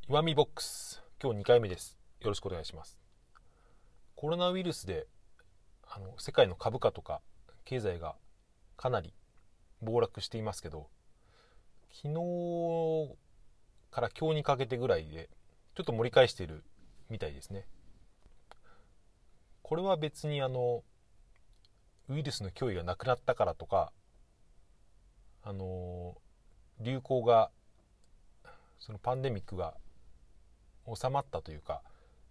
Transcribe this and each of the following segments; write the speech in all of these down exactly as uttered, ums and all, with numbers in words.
岩見ボックス、今日にかいめです。よろしくお願いします。コロナウイルスであの世界の株価とか経済がかなり暴落していますけど、昨日から今日にかけてぐらいでちょっと盛り返しているみたいですね。これは別にあのウイルスの脅威がなくなったからとか、あの流行がそのパンデミックが収まったというか、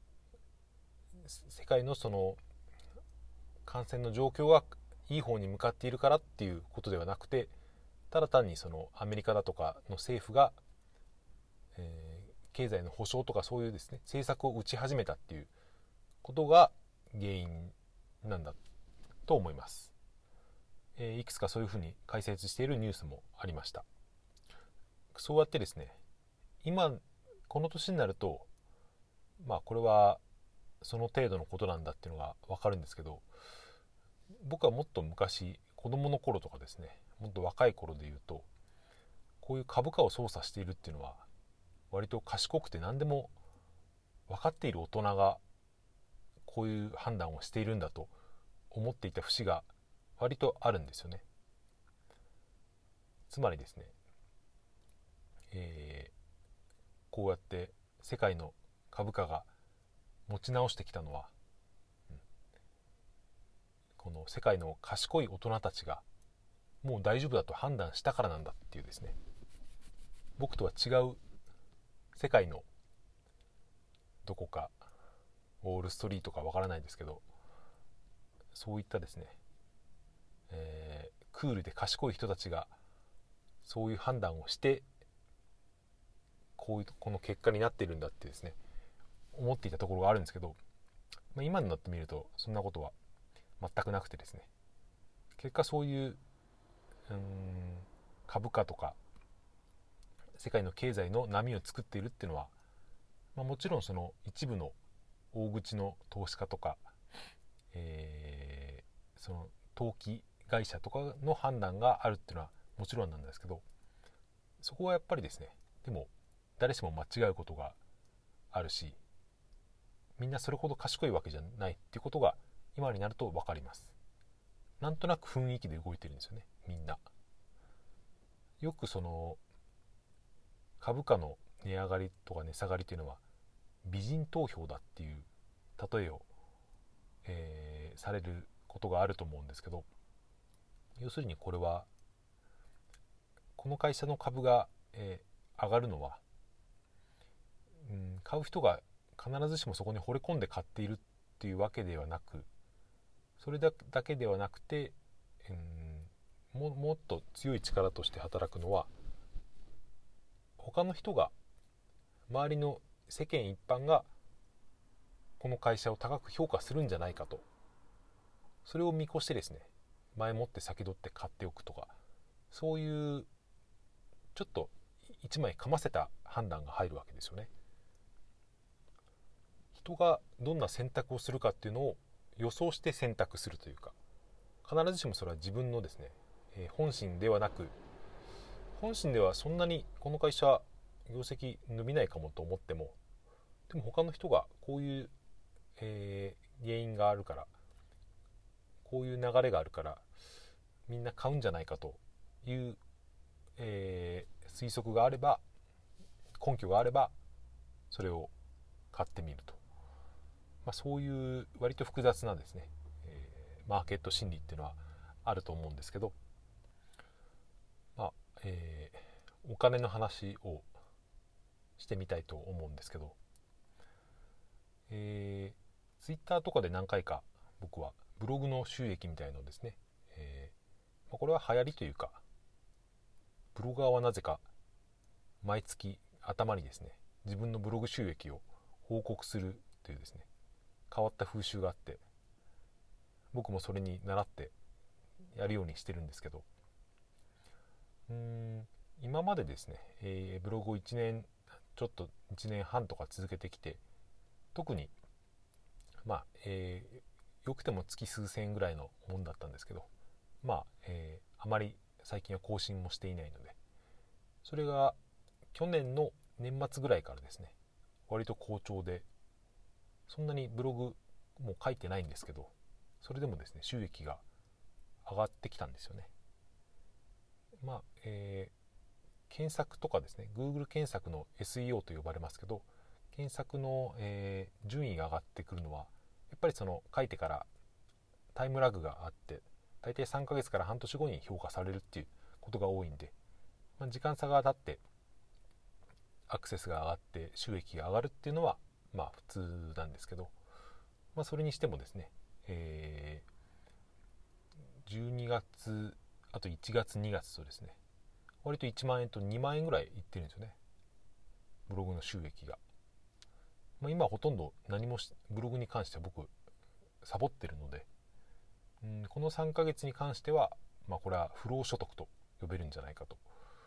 世界のその感染の状況がいい方に向かっているからっていうことではなくて、ただ単にそのアメリカだとかの政府が、えー経済の保障とかそういうですね政策を打ち始めたっていうことが原因なんだと思います。えーいくつかそういうふうに解説しているニュースもありました。そうやってですね、今この年になると、まあこれはその程度のことなんだっていうのが分かるんですけど、僕はもっと昔子供の頃とかですね、もっと若い頃で言うと、こういう株価を操作しているっていうのは割と賢くて何でも分かっている大人がこういう判断をしているんだと思っていた節が割とあるんですよね。つまりですね、えーこうやって世界の株価が持ち直してきたのは、うんこの世界の賢い大人たちがもう大丈夫だと判断したからなんだっていうですね、僕とは違う世界のどこかウォールストリートかわからないですけど、そういったですね、えークールで賢い人たちがそういう判断をしてこういうこの結果になっているんだってですね思っていたところがあるんですけど、まあ、今になってみるとそんなことは全くなくてですね、結果そういう、うーん株価とか世界の経済の波を作っているっていうのは、まあ、もちろんその一部の大口の投資家とか、えーその投機会社とかの判断があるっていうのはもちろんなんですけど、そこはやっぱりですね、でも誰しも間違うことがあるし、みんなそれほど賢いわけじゃないっていうことが今になると分かります。なんとなく雰囲気で動いてるんですよね、みんな。よくその株価の値上がりとか値下がりというのは美人投票だっていう例えを、えーされることがあると思うんですけど、要するにこれはこの会社の株が、えー上がるのは、うん、買う人が必ずしもそこに惚れ込んで買っているっていうわけではなく、それだけではなくて、うん、も, もっと強い力として働くのは、他の人が、周りの世間一般がこの会社を高く評価するんじゃないかと、それを見越してですね、前もって先取って買っておくとか、そういうちょっと一枚かませた判断が入るわけですよね。人がどんな選択をするかっていうのを予想して選択するというか、必ずしもそれは自分のですね、えー本心ではなく、本心ではそんなにこの会社業績伸びないかもと思っても、でも他の人がこういう、えー原因があるから、こういう流れがあるからみんな買うんじゃないかという、えー推測があれば、根拠があればそれを買ってみると、まあ、そういう割と複雑なですね、えーマーケット心理っていうのはあると思うんですけど、まあえーお金の話をしてみたいと思うんですけど、えー、ツイッターとかで何回か僕はブログの収益みたいのをですね、えーまあ、これは流行りというか、ブロガーはなぜか毎月頭にですね自分のブログ収益を報告するというですね変わった風習があって、僕もそれに倣ってやるようにしてるんですけど、うーん今までですね、えーブログをいちねんちょっといちねんはんとか続けてきて、特にまあ、えー、よくても月数千円ぐらいのもんだったんですけど、まあ、えーあまり最近は更新もしていないので、それが去年の年末ぐらいからですね、 割と好調で、そんなにブログも書いてないんですけど、それでもですね収益が上がってきたんですよね。まあ、えー、検索とかですね Google 検索の エスイーオー と呼ばれますけど、検索の、えー、順位が上がってくるのはやっぱりその書いてからタイムラグがあって、大体さんかげつから半年後に評価されるっていうことが多いんで、まあ、時間差が経ってアクセスが上がって収益が上がるっていうのはまあ普通なんですけど、まあ、それにしてもですね、えー、じゅうにがつあといちがつにがつとですね割といちまんえんとにまんえんぐらいいってるんですよね、ブログの収益が。まあ、今はほとんど何もしブログに関しては僕サボってるので、うん、このさんかげつに関しては、まあ、これは不労所得と呼べるんじゃないかと。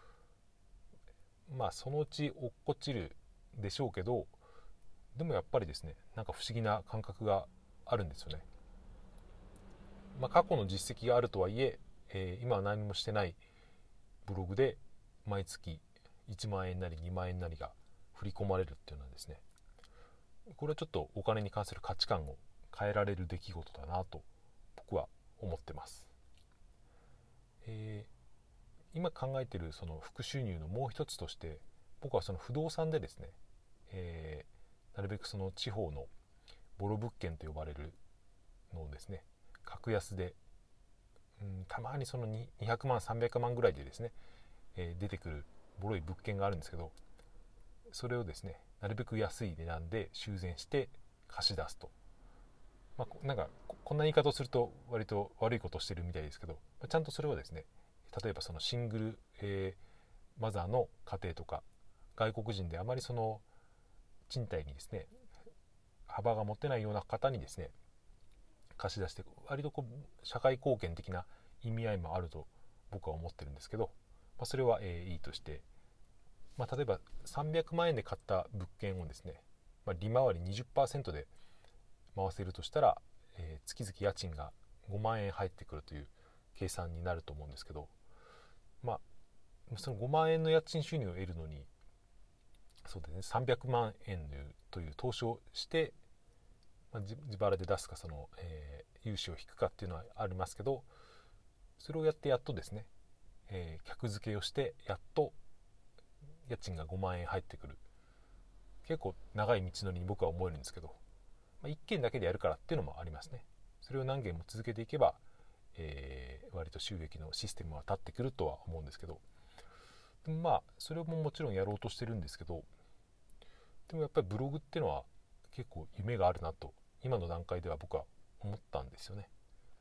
まあそのうち落っこちるでしょうけど、でもやっぱりですねなんか不思議な感覚があるんですよね。まあ、過去の実績があるとはいええー、今は何もしてないブログで毎月いちまんえんなりにまんえんなりが振り込まれるっていうのはですね、これはちょっとお金に関する価値観を変えられる出来事だなと僕は思ってます。えー、今考えているその副収入のもう一つとして、僕はその不動産でですね、えー、なるべくその地方のボロ物件と呼ばれるのをですね格安で、うん、たまにそのにひゃくまんさんびゃくまんぐらいでですね、えー、出てくるボロい物件があるんですけど、それをですねなるべく安い値段で修繕して貸し出すと。まあ、なんかこんな言い方をすると割と悪いことをしてるみたいですけど、ちゃんとそれはですね例えばそのシングル、えー、マザーの家庭とか外国人であまりその賃貸にですね幅が持てないような方にですね貸し出して、割とこう社会貢献的な意味合いもあると僕は思ってるんですけど、まあ、それは、えー、いいとして、まあ、例えばさんびゃくまんえんで買った物件をですね、まあ、利回り にじゅっパーセント で回せるとしたら、えー、月々家賃がごまんえん入ってくるという計算になると思うんですけど、まあそのごまんえんの家賃収入を得るのにそうですねさんびゃくまんえんという投資をして、まあ、自腹で出すかその、えー、融資を引くかっていうのはありますけど、それをやってやっとですね、えー、客付けをしてやっと家賃がごまんえん入ってくる、結構長い道のりに僕は思えるんですけど、まあ、いっけんだけでやるからっていうのもありますね。それを何件も続けていけば、えー、割と収益のシステムは立ってくるとは思うんですけど、でもまあそれももちろんやろうとしてるんですけど、でもやっぱりブログっていうのは結構夢があるなと今の段階では僕は思ったんですよね。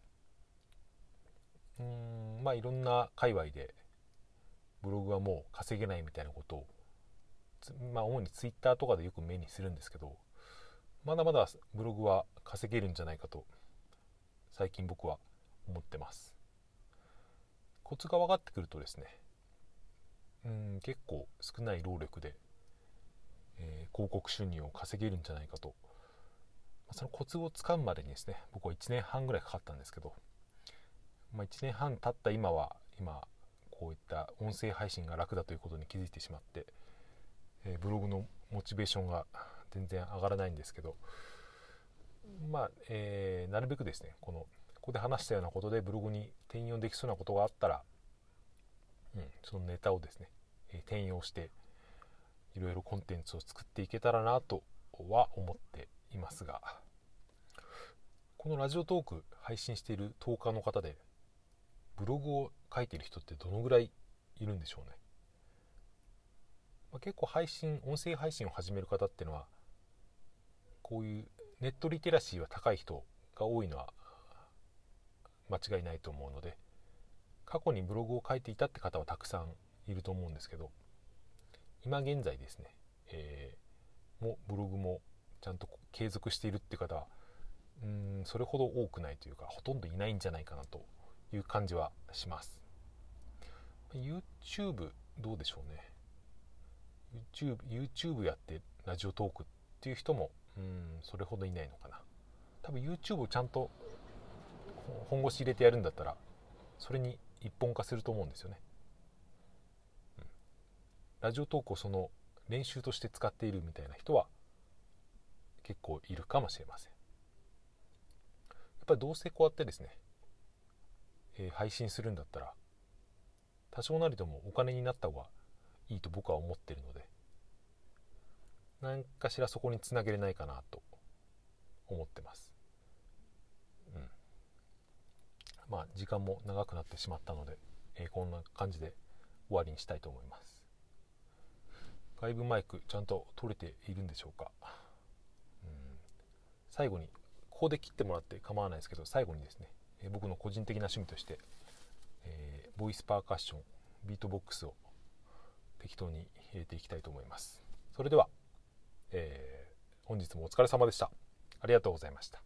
うーんまあいろんな界隈でブログはもう稼げないみたいなことを、まあ主にツイッターとかでよく目にするんですけど、まだまだブログは稼げるんじゃないかと最近僕は思ってます。コツが分かってくるとですね、うん結構少ない労力で、えー、広告収入を稼げるんじゃないかと、そのコツをつかむまでにですね僕はいちねんはんぐらいかかったんですけど、まあ、いちねんはん経った今は今こういった音声配信が楽だということに気づいてしまって、えー、ブログのモチベーションが全然上がらないんですけど、まあ、えー、なるべくですねこのここで話したようなことでブログに転用できそうなことがあったら、うん、そのネタをですね、えー、転用していろいろコンテンツを作っていけたらなとは思っていますが、このラジオトーク配信しているトーカーの方でブログを書いている人ってどのぐらいいるんでしょうね。まあ、結構配信音声配信を始める方っていうのはこういうネットリテラシーは高い人が多いのは間違いないと思うので、過去にブログを書いていたって方はたくさんいると思うんですけど、今現在ですね、えー、もブログもちゃんと継続しているっていう方はうーんそれほど多くないというかほとんどいないんじゃないかなという感じはします。 YouTube どうでしょうね。 YouTube, YouTube やってラジオトークっていう人もうーんそれほどいないのかな。多分 YouTube をちゃんと本腰入れてやるんだったらそれに一本化すると思うんですよね、うん、ラジオトークをその練習として使っているみたいな人は結構いるかもしれません。やっぱりどうせこうやってですね、えー、配信するんだったら多少なりともお金になった方がいいと僕は思っているので、何かしらそこにつなげれないかなと思ってます。うん、まあ時間も長くなってしまったので、えー、こんな感じで終わりにしたいと思います。外部マイクちゃんと取れているんでしょうか。うん、最後にここで切ってもらって構わないですけど、最後にですね、えー、僕の個人的な趣味として、えー、ボイスパーカッションビートボックスを適当に入れていきたいと思います。それでは、えー、本日もお疲れ様でした。ありがとうございました。